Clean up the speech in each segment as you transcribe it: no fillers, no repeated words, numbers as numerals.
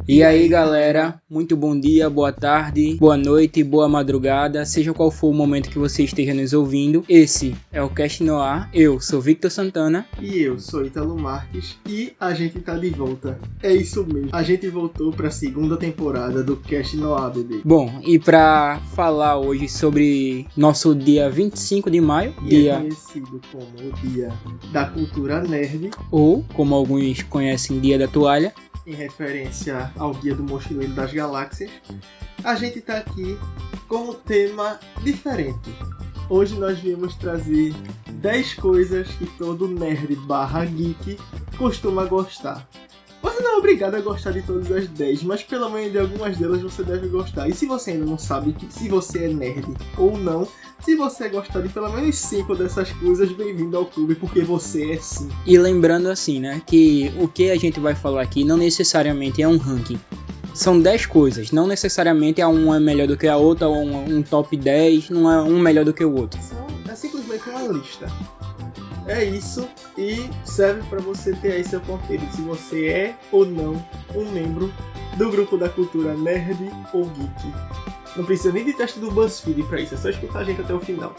E aí galera, muito bom dia, boa tarde, boa noite, boa madrugada, seja qual for o momento que você esteja nos ouvindo. Esse é o Cast no Ar, eu sou Victor Santana. E eu sou Ítalo Marques e a gente tá de volta. É isso mesmo, a gente voltou pra segunda temporada do Cast no Ar, bebê. Bom, e pra falar hoje sobre nosso dia 25 de maio, é conhecido como o Dia da Cultura Nerd, ou como alguns conhecem, Dia da Toalha, em referência ao Guia do Mochileiro das Galáxias, a gente tá aqui com um tema diferente. Hoje nós viemos trazer 10 coisas que todo nerd / geek costuma gostar. Você não é obrigado a gostar de todas as 10, mas pelo menos de algumas delas você deve gostar. E se você ainda não sabe se você é nerd ou não, se você gostar de pelo menos 5 dessas coisas, bem-vindo ao clube, porque você é sim. E lembrando assim, né, que o que a gente vai falar aqui não necessariamente é um ranking. São 10 coisas, não necessariamente uma é melhor do que a outra, ou um top 10, não é um melhor do que o outro. É simplesmente uma lista. É isso, e serve para você ter aí seu ponteiro se você é ou não um membro do grupo da cultura nerd ou geek. Não precisa nem de teste do BuzzFeed para isso, é só escutar a gente até o final.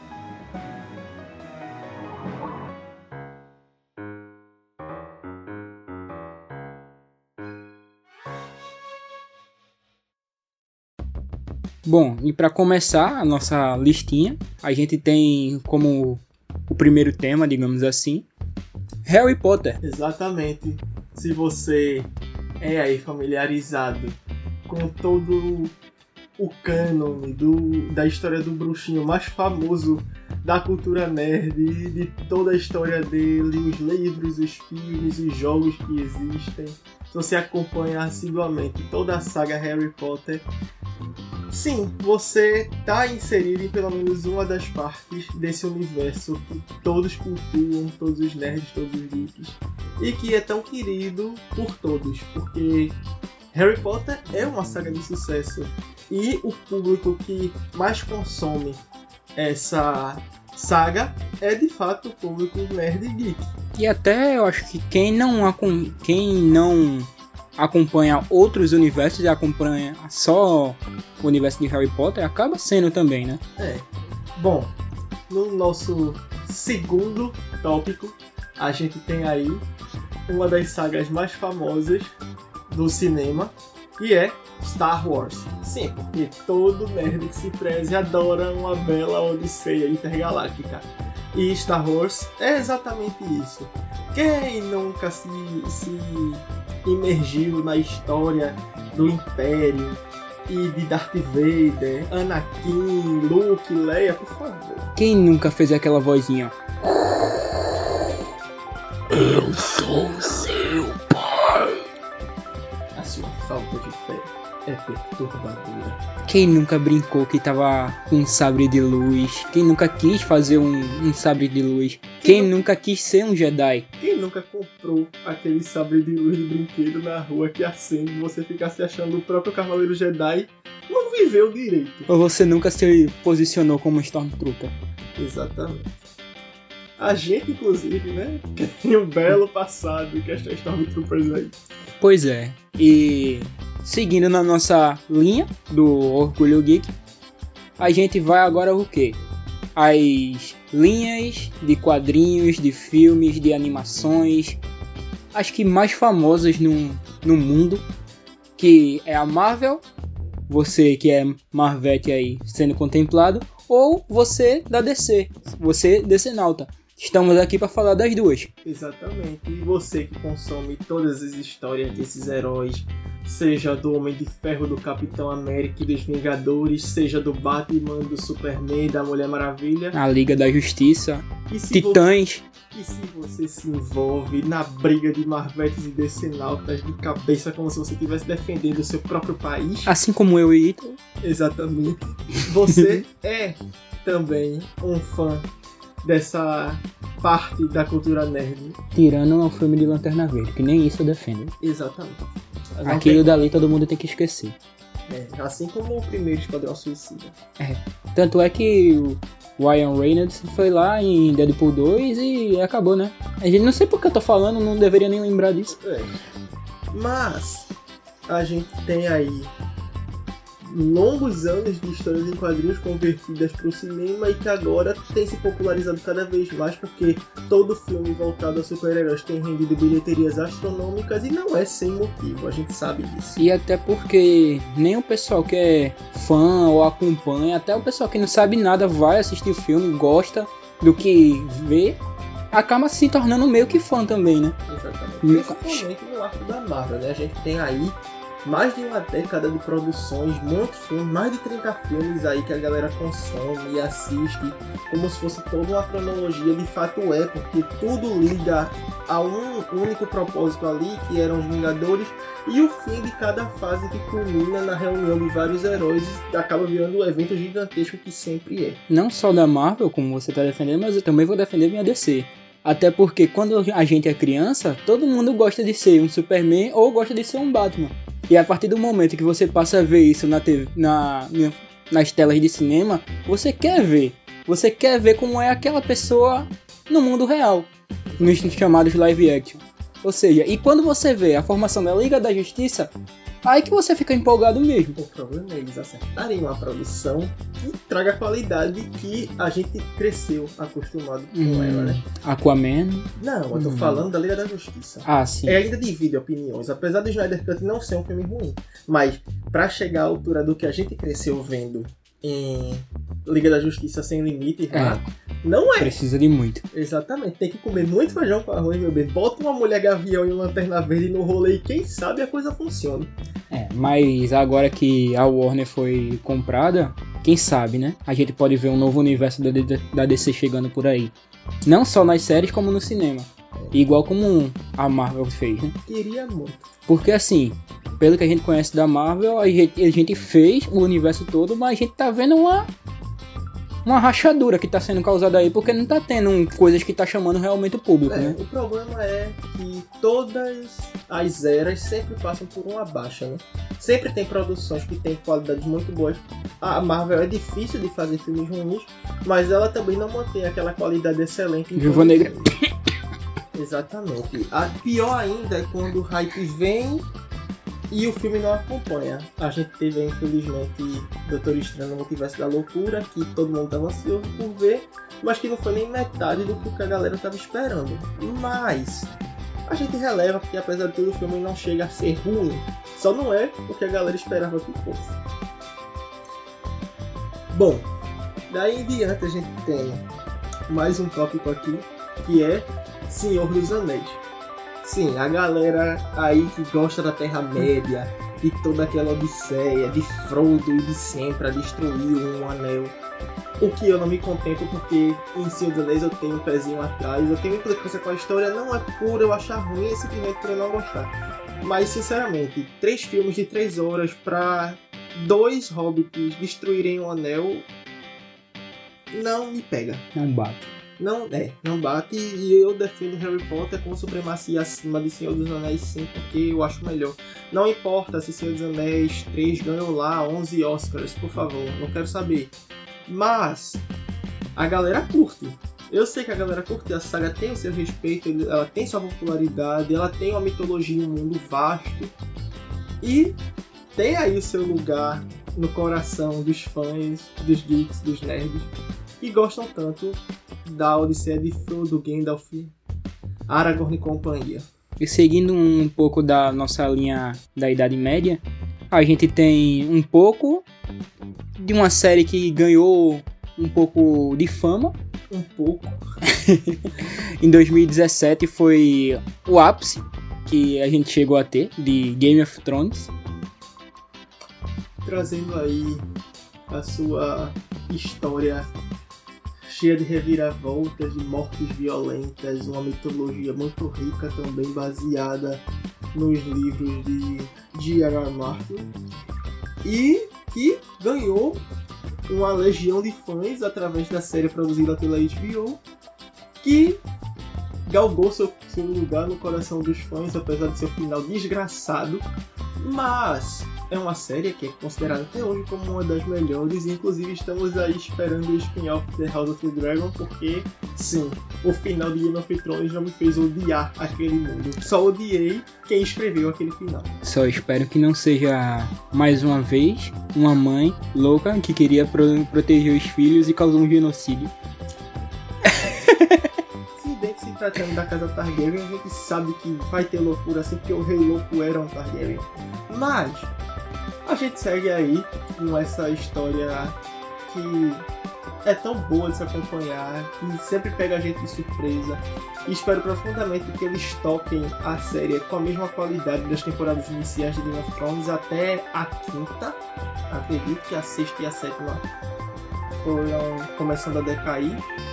Bom, e para começar a nossa listinha, a gente tem como o primeiro tema, digamos assim, Harry Potter. Exatamente. Se você é aí familiarizado com todo o cânone da história do bruxinho mais famoso da cultura nerd, de toda a história dele, os livros, os filmes, os jogos que existem, se você acompanha assiduamente toda a saga Harry Potter, sim, você está inserido em pelo menos uma das partes desse universo que todos cultuam, todos os nerds, todos os geeks, e que é tão querido por todos, porque Harry Potter é uma saga de sucesso, e o público que mais consome essa saga é de fato o público nerd e geek. E até eu acho que quem não acompanha outros universos e acompanha só o universo de Harry Potter, acaba sendo também, né? Bom, no nosso segundo tópico, a gente tem aí uma das sagas mais famosas do cinema, que é Star Wars. Sim, porque todo nerd que se preze adora uma bela odisseia intergaláctica. E Star Wars é exatamente isso. Quem nunca se imergiu na história do Império e de Darth Vader, Anakin, Luke, Leia, por favor? Quem nunca fez aquela vozinha? Eu sou seu pai. A sua falta de fé é perturbadora. Quem nunca brincou que tava com um sabre de luz? Quem nunca quis fazer um sabre de luz? Quem nunca quis ser um Jedi? Quem nunca comprou aquele sabre de luz de brinquedo na rua que acende e você fica se achando o próprio Cavaleiro Jedi? Não viveu direito. Ou você nunca se posicionou como Stormtrooper? Exatamente. A gente, inclusive, né, tem um belo passado que é Stormtroopers aí. Pois é. E seguindo na nossa linha do Orgulho Geek, a gente vai agora o quê? As linhas de quadrinhos, de filmes, de animações, acho que mais famosas no mundo, que é a Marvel, você que é Marvete aí sendo contemplado, ou você da DC, você DC-nauta. Estamos aqui para falar das duas. Exatamente. E você que consome todas as histórias desses heróis, seja do Homem de Ferro, do Capitão América e dos Vingadores, seja do Batman, do Superman, da Mulher Maravilha, a Liga da Justiça, Titãs. E se você se envolve na briga de Marvetes e DC-nautas de cabeça como se você estivesse defendendo o seu próprio país, assim como eu e Ítalo. Exatamente. Você é também um fã dessa parte da cultura nerd. Tirando o filme de Lanterna Verde, que nem isso eu defendo. Exatamente. Aquilo dali todo mundo tem que esquecer. Assim como o primeiro Esquadrão Suicida. Tanto é que o Ryan Reynolds foi lá em Deadpool 2 e acabou, né? A gente não sei porque eu tô falando, não deveria nem lembrar disso. Mas a gente tem aí longos anos de histórias em quadrinhos convertidas para o cinema e que agora tem se popularizado cada vez mais porque todo filme voltado a super-heróis tem rendido bilheterias astronômicas e não é sem motivo, a gente sabe disso. E até porque nem o pessoal que é fã ou acompanha, até o pessoal que não sabe nada vai assistir o filme, gosta do que vê, acaba se tornando meio que fã também, né? Exatamente. Principalmente no arco da Marvel, né? A gente tem aí mais de uma década de produções, muitos filmes, mais de 30 filmes aí que a galera consome e assiste, como se fosse toda uma cronologia, de fato é, porque tudo liga a um único propósito ali, que eram os Vingadores, e o fim de cada fase que culmina na reunião de vários heróis e acaba virando um evento gigantesco que sempre é. Não só da Marvel, como você está defendendo, mas eu também vou defender minha DC. Até porque quando a gente é criança, todo mundo gosta de ser um Superman ou gosta de ser um Batman. E a partir do momento que você passa a ver isso na TV, nas telas de cinema, você quer ver. Você quer ver como é aquela pessoa no mundo real, nos chamados live action. Ou seja, e quando você vê a formação da Liga da Justiça, aí que você fica empolgado mesmo. O problema é eles acertarem uma produção que traga a qualidade que a gente cresceu acostumado com ela, né? Aquaman. Não, eu tô falando da Liga da Justiça. Ah, sim. Ainda divide opiniões, apesar do Snyder Cut não ser um filme ruim. Mas, pra chegar à altura do que a gente cresceu vendo em Liga da Justiça Sem Limites, não é. Precisa de muito. Exatamente, tem que comer muito feijão com arroz, meu bem. Bota uma mulher gavião e uma lanterna verde no rolê e quem sabe a coisa funciona. Mas agora que a Warner foi comprada, quem sabe, né? A gente pode ver um novo universo da DC chegando por aí. Não só nas séries, como no cinema. Igual como a Marvel fez, né? Queria muito. Porque assim, pelo que a gente conhece da Marvel, a gente fez o universo todo, mas a gente tá vendo uma rachadura que tá sendo causada aí, porque não tá tendo coisas que tá chamando realmente o público, né? O problema é que todas as eras sempre passam por uma baixa, né? Sempre tem produções que tem qualidades muito boas. A Marvel é difícil de fazer filmes ruins, mas ela também não mantém aquela qualidade excelente. Viúva Negra. Exatamente. A pior ainda é quando o hype vem e o filme não acompanha. A gente teve, infelizmente, Doutor Estranho no Multiverso da Loucura, que todo mundo estava ansioso por ver, mas que não foi nem metade do que a galera estava esperando. Mas a gente releva, porque apesar de tudo, o filme não chega a ser ruim. Só não é o que a galera esperava que fosse. Bom, daí em diante a gente tem mais um tópico aqui, que é Senhor dos Anéis. Sim, a galera aí que gosta da Terra-média e toda aquela odisseia de Frodo e de Sam pra destruir um anel. O que eu não me contento, porque em Senhor dos Anéis eu tenho um pezinho atrás, eu tenho implicância com a história, não é por eu achar ruim, é simplesmente por eu não gostar. Mas sinceramente, 3 filmes de 3 horas pra 2 hobbits destruírem um anel não me pega. Não bate. Não bate, e eu defendo Harry Potter com supremacia acima de Senhor dos Anéis, sim, porque eu acho melhor. Não importa se Senhor dos Anéis 3 ganhou lá 11 Oscars, por favor, não quero saber. Mas a galera curte. Eu sei que a galera curte, a saga tem o seu respeito, ela tem sua popularidade, ela tem uma mitologia, um mundo vasto. E tem aí o seu lugar no coração dos fãs, dos geeks, dos nerds, que gostam tanto da Odisseia de Frodo, Gandalf, Aragorn e companhia. E seguindo um pouco da nossa linha da Idade Média, a gente tem um pouco de uma série que ganhou um pouco de fama. Um pouco. Em 2017 foi o ápice que a gente chegou a ter de Game of Thrones. Trazendo aí a sua história cheia de reviravoltas, de mortes violentas, uma mitologia muito rica também, baseada nos livros de J.R.R. Martin, e que ganhou uma legião de fãs através da série produzida pela HBO, que galgou seu lugar no coração dos fãs, apesar de seu final desgraçado. Mas é uma série que é considerada até hoje como uma das melhores, e inclusive estamos aí esperando o spin-off The House of the Dragon, porque, sim, o final de Game of Thrones já me fez odiar aquele mundo. Só odiei quem escreveu aquele final. Só espero que não seja, mais uma vez, uma mãe louca que queria proteger os filhos e causou um genocídio. Se bem que se tratando da casa Targaryen, a gente sabe que vai ter loucura assim, porque o Rei Louco era um Targaryen. Mas a gente segue aí com essa história que é tão boa de se acompanhar, que sempre pega a gente de surpresa. E espero profundamente que eles toquem a série com a mesma qualidade das temporadas iniciais de Game of Thrones até a quinta. Acredito que a sexta e a sétima foram começando a decair.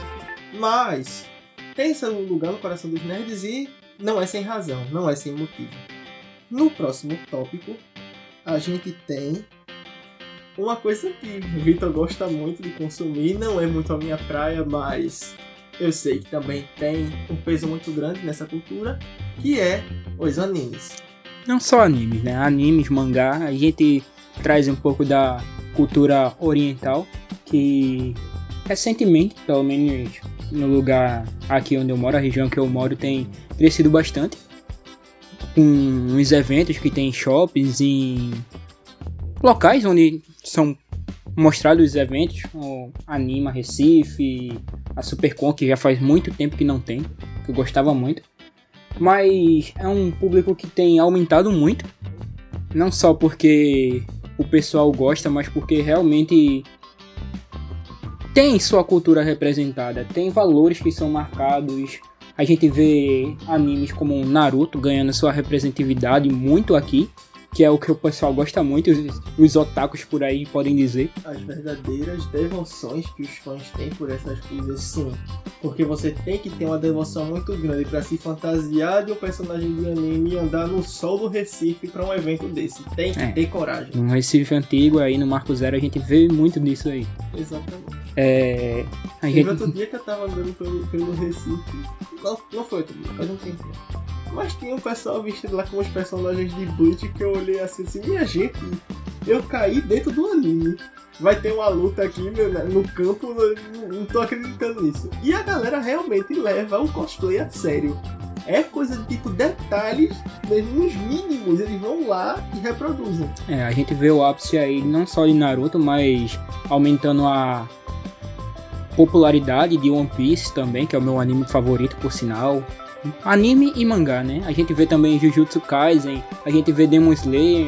Mas tem seu lugar no coração dos nerds e não é sem razão, não é sem motivo. No próximo tópico, a gente tem uma coisa que o Vitor gosta muito de consumir, não é muito a minha praia, mas eu sei que também tem um peso muito grande nessa cultura, que é os animes. Não só animes, né? Animes, mangá, a gente traz um pouco da cultura oriental, que recentemente, pelo menos no lugar aqui onde eu moro, a região que eu moro, tem crescido bastante, com uns eventos que tem shoppings em locais onde são mostrados os eventos, o Anima Recife, a Supercon, que já faz muito tempo que não tem, que eu gostava muito. Mas é um público que tem aumentado muito, não só porque o pessoal gosta, mas porque realmente tem sua cultura representada, tem valores que são marcados. A gente vê animes como Naruto ganhando sua representatividade muito aqui, que é o que o pessoal gosta muito, os otakus por aí podem dizer. As verdadeiras devoções que os fãs têm por essas coisas, sim. Porque você tem que ter uma devoção muito grande para se fantasiar de um personagem de anime e andar no sol do Recife para um evento desse. Tem que ter coragem. No Recife antigo, aí no Marco Zero, a gente vê muito disso aí. Exatamente. Gente... Outro dia que eu tava andando pelo Recife, não foi outro dia, faz um tempo. Mas tinha um pessoal vestido lá como os personagens de Bleach que eu olhei assim, minha gente, eu caí dentro do anime. Vai ter uma luta aqui no campo, não tô acreditando nisso. E a galera realmente leva o cosplay a sério. É coisa de tipo detalhes, mesmo nos mínimos, eles vão lá e reproduzem. A gente vê o ápice aí não só de Naruto, mas aumentando a popularidade de One Piece também, que é o meu anime favorito, por sinal. Anime e mangá, né? A gente vê também Jujutsu Kaisen, a gente vê Demon Slayer,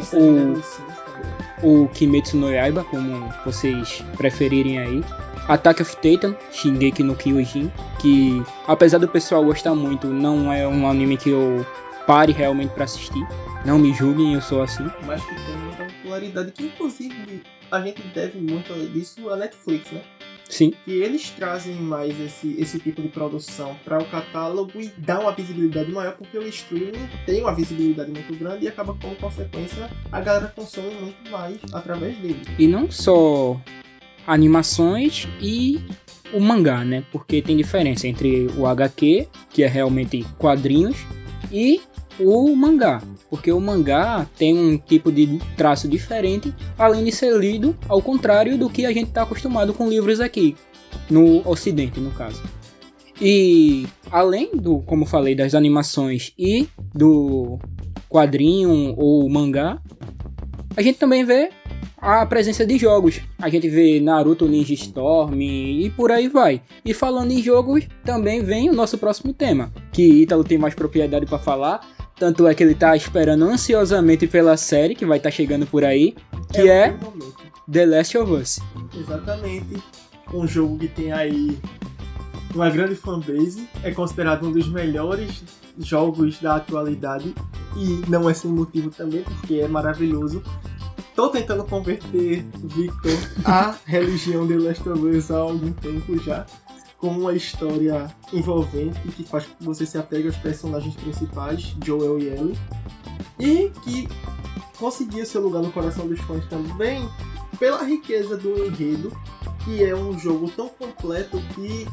o Kimetsu no Yaiba, como vocês preferirem aí. Attack of Titan, Shingeki no Kyojin, que apesar do pessoal gostar muito, não é um anime que eu pare realmente pra assistir. Não me julguem, eu sou assim. Mas que tem muita popularidade, que inclusive a gente deve muito disso à Netflix, né? Sim. E eles trazem mais esse tipo de produção para o catálogo e dá uma visibilidade maior, porque o streaming tem uma visibilidade muito grande e acaba, como consequência, a galera consome muito mais através dele. E não só animações e o mangá, né? Porque tem diferença entre o HQ, que é realmente quadrinhos, e o mangá. Porque o mangá tem um tipo de traço diferente, além de ser lido ao contrário do que a gente está acostumado com livros aqui, no Ocidente, no caso. E além do, como falei, das animações e do quadrinho ou mangá, a gente também vê a presença de jogos. A gente vê Naruto Ninja Storm e por aí vai. E falando em jogos, também vem o nosso próximo tema, que Ítalo tem mais propriedade para falar. Tanto é que ele tá esperando ansiosamente pela série que vai estar chegando por aí, que é The Last of Us. Exatamente. Um jogo que tem aí uma grande fanbase, é considerado um dos melhores jogos da atualidade e não é sem motivo também, porque é maravilhoso. Tô tentando converter Victor à religião The Last of Us há algum tempo já, com uma história envolvente que faz com que você se apegue aos personagens principais, Joel e Ellie, e que conseguiu seu lugar no coração dos fãs também pela riqueza do enredo, que é um jogo tão completo que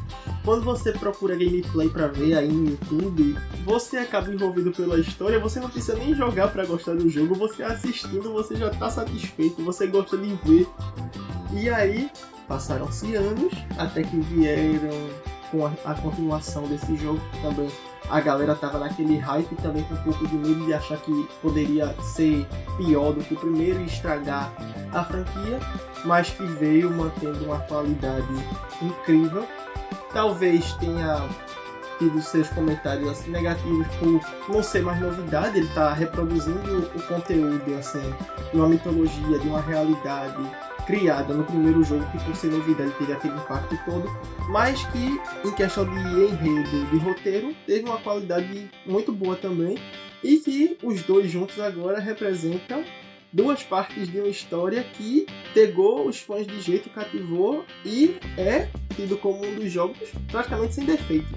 quando você procura gameplay pra ver aí no YouTube, você acaba envolvido pela história, você não precisa nem jogar pra gostar do jogo, você assistindo, você já tá satisfeito, você gosta de ver. E aí, passaram-se anos, até que vieram com a continuação desse jogo, que também a galera tava naquele hype, também com um pouco de medo de achar que poderia ser pior do que o primeiro e estragar a franquia, mas que veio mantendo uma qualidade incrível. Talvez tenha tido seus comentários assim, negativos por não ser mais novidade, ele tá reproduzindo o conteúdo assim, de uma mitologia, de uma realidade criada no primeiro jogo, que por ser novidade teve aquele impacto todo, mas que em questão de enredo, de roteiro, teve uma qualidade muito boa também, e que os dois juntos agora representam duas partes de uma história que pegou os fãs de jeito, cativou e é tido como um dos jogos praticamente sem defeitos.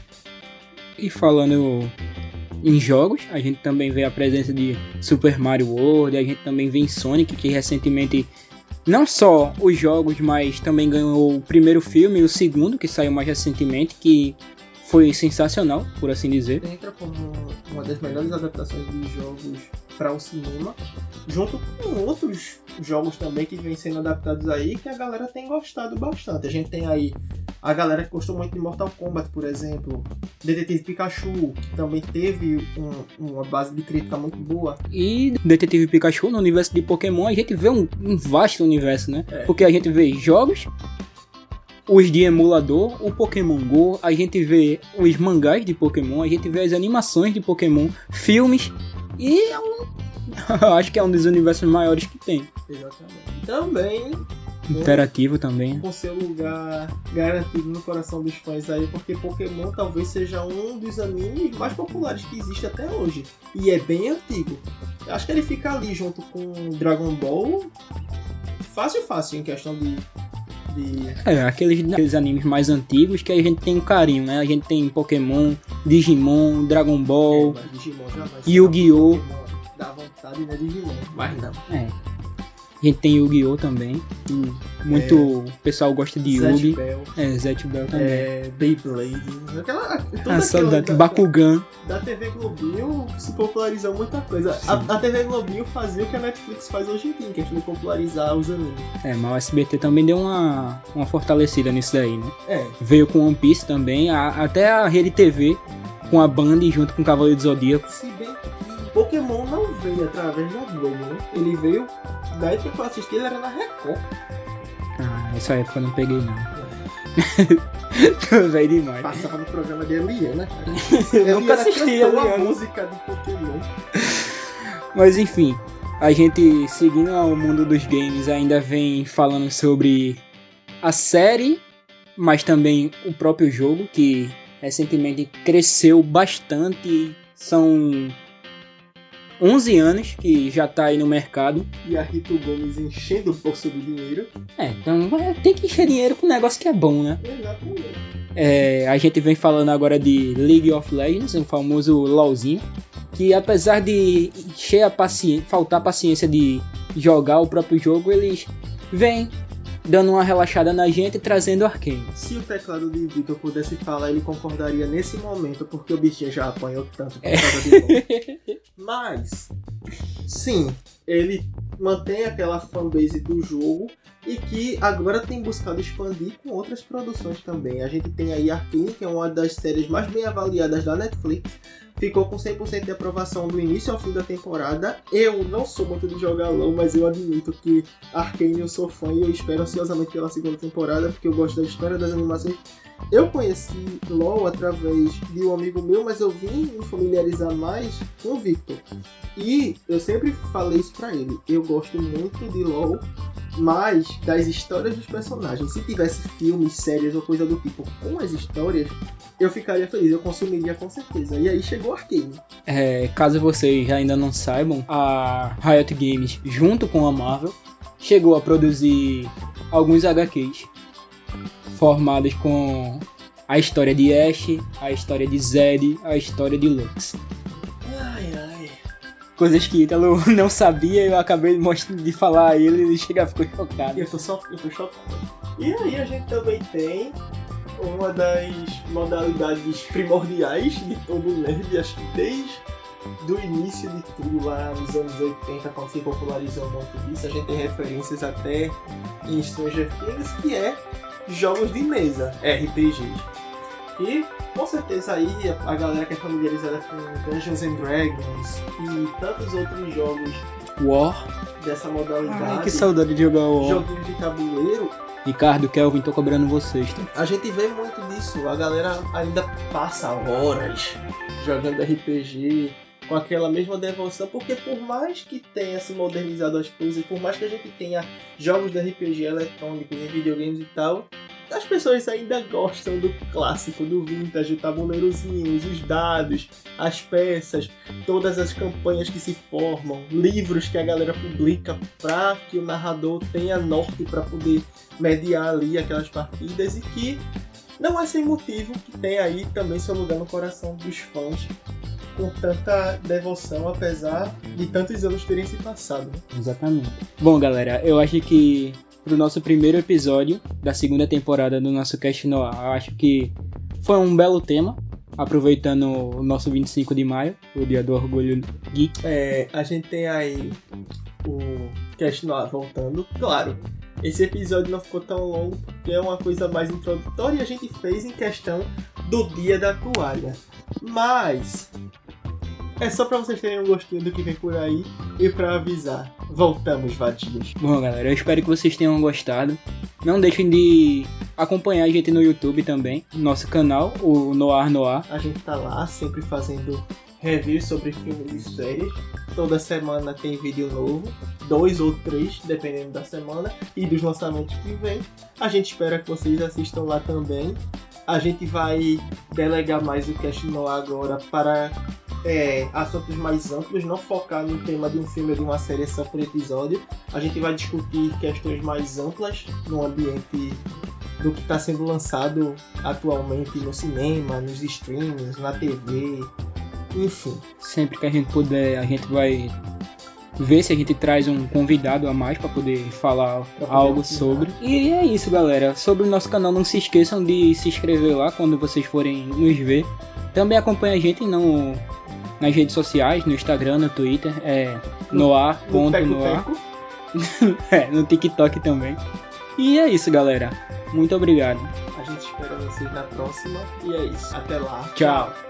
E falando em jogos, a gente também vê a presença de Super Mario World, a gente também vê em Sonic, que recentemente não só os jogos, mas também ganhou o primeiro filme e o segundo, que saiu mais recentemente, que foi sensacional, por assim dizer. Entra como uma das melhores adaptações de jogos para o cinema, junto com outros jogos também que vêm sendo adaptados aí, que a galera tem gostado bastante. A gente tem aí a galera que gostou muito de Mortal Kombat, por exemplo, Detetive Pikachu, que também teve uma base de crítica muito boa. E Detetive Pikachu, no universo de Pokémon, a gente vê um vasto universo, né? Porque a gente vê jogos, os de emulador, o Pokémon GO, a gente vê os mangás de Pokémon, a gente vê as animações de Pokémon, filmes, e acho que é um dos universos maiores que tem. Exatamente. Também interativo também. Com seu lugar garantido no coração dos fãs aí, porque Pokémon talvez seja um dos animes mais populares que existe até hoje. E é bem antigo. Eu acho que ele fica ali junto com Dragon Ball fácil em questão de... aqueles animes mais antigos que a gente tem um carinho, né? A gente tem Pokémon, Digimon, Dragon Ball, Digimon jamais Yu-Gi-Oh! Dá vontade, né, Digimon, mas não. A gente tem Yu-Gi-Oh! Também. O pessoal gosta de Yu-Gi. Zet Bell também. Beyblade. Saudade. Bakugan. Da TV Globinho se popularizou muita coisa. A TV Globinho fazia o que a Netflix faz hoje em dia, que é de popularizar os animes. Mas o SBT também deu uma fortalecida nisso daí, né? Veio com One Piece também. Até a Rede TV com a Band junto com o Cavaleiro do Zodíaco. Se bem que Pokémon não veio através da Globo, né? Ele veio... Da época que eu assisti, ele era na Record. Essa época eu não peguei, não. Tô velho demais. Passava no programa de Eliana, cara. Eu nunca assisti a música de Pokémon. Mas enfim, a gente seguindo ao mundo dos games ainda vem falando sobre a série, mas também o próprio jogo, que recentemente cresceu bastante. São 11 anos que já tá aí no mercado. E a Rito Gomes enchendo o bolso do dinheiro. Então tem que encher dinheiro com um negócio que é bom, né? Exatamente. A gente vem falando agora de League of Legends, o famoso LoLzinho, que apesar de faltar paciência de jogar o próprio jogo, eles vêm dando uma relaxada na gente e trazendo Arcane. Se o teclado de Vitor pudesse falar, ele concordaria nesse momento, porque o bichinho já apanhou tanto por causa de LoL. Mas, sim, ele mantém aquela fanbase do jogo e que agora tem buscado expandir com outras produções também. A gente tem aí Arcane, que é uma das séries mais bem avaliadas da Netflix. Ficou com 100% de aprovação do início ao fim da temporada. Eu não sou muito de jogar LoL, mas eu admito que Arcane eu sou fã e eu espero ansiosamente pela segunda temporada, porque eu gosto da história, das animações. Eu conheci LoL através de um amigo meu, mas eu vim me familiarizar mais com o Victor. E eu sempre falei isso pra ele. Eu gosto muito de LoL, mas das histórias dos personagens. Se tivesse filmes, séries ou coisa do tipo com as histórias, eu ficaria feliz, eu consumiria com certeza. E aí chegou Arcane. Caso vocês ainda não saibam, a Riot Games, junto com a Marvel, chegou a produzir alguns HQs formados com a história de Ashe, a história de Zed, a história de Lux. Coisas que Ítalo não sabia, eu acabei de falar a ele e ele ficou chocado. Eu tô chocado. E aí a gente também tem uma das modalidades primordiais de todo nerd, acho que desde do início de tudo lá nos anos 80, quando se popularizou muito disso, a gente tem referências até em Stranger Things, que é jogos de mesa, RPGs. E com certeza aí a galera que é familiarizada com Dungeons and Dragons e tantos outros jogos War. dessa modalidade, Ai, que saudade de jogar War. joguinhos de tabuleiro, Ricardo, Kelvin, tô cobrando vocês, tá? a gente vê muito disso. A galera ainda passa horas jogando RPG com aquela mesma devoção, porque por mais que tenha se modernizado as coisas, por mais que a gente tenha jogos de RPG eletrônicos em videogames e tal, as pessoas ainda gostam do clássico, do vintage, o tabuleirozinho, os dados, as peças, todas as campanhas que se formam, livros que a galera publica para que o narrador tenha norte para poder mediar ali aquelas partidas, e que não é sem motivo que tem aí também seu lugar no coração dos fãs com tanta devoção, apesar de tantos anos terem se passado. Né? Exatamente. Bom, galera, eu acho que pro nosso primeiro episódio da segunda temporada do nosso Cast Noir, eu acho que foi um belo tema, aproveitando o nosso 25 de maio, o Dia do Orgulho Geek. A gente tem aí o Cast Noir voltando, claro. Esse episódio não ficou tão longo porque é uma coisa mais introdutória e a gente fez em questão do Dia da Toalha. Mas é só pra vocês terem um gostinho do que vem por aí e pra avisar. Voltamos, vadios. Bom, galera, eu espero que vocês tenham gostado. Não deixem de acompanhar a gente no YouTube também, nosso canal, o Noir Noir. A gente tá lá sempre fazendo reviews sobre filmes e séries. Toda semana tem vídeo novo, 2 ou 3, dependendo da semana e dos lançamentos que vem. A gente espera que vocês assistam lá também. A gente vai delegar mais o Cast Noir agora para assuntos mais amplos, não focar no tema de um filme ou de uma série só por episódio. A gente vai discutir questões mais amplas no ambiente do que está sendo lançado atualmente no cinema, nos streams, na TV, enfim. Sempre que a gente puder, a gente vai ver se a gente traz um convidado a mais para poder falar algo sobre. E é isso, galera. Sobre o nosso canal, não se esqueçam de se inscrever lá quando vocês forem nos ver. Também acompanha a gente nas redes sociais, no Instagram, no Twitter, noir.noir. No TikTok também. E é isso, galera. Muito obrigado. A gente espera vocês na próxima. E é isso. Até lá. Tchau.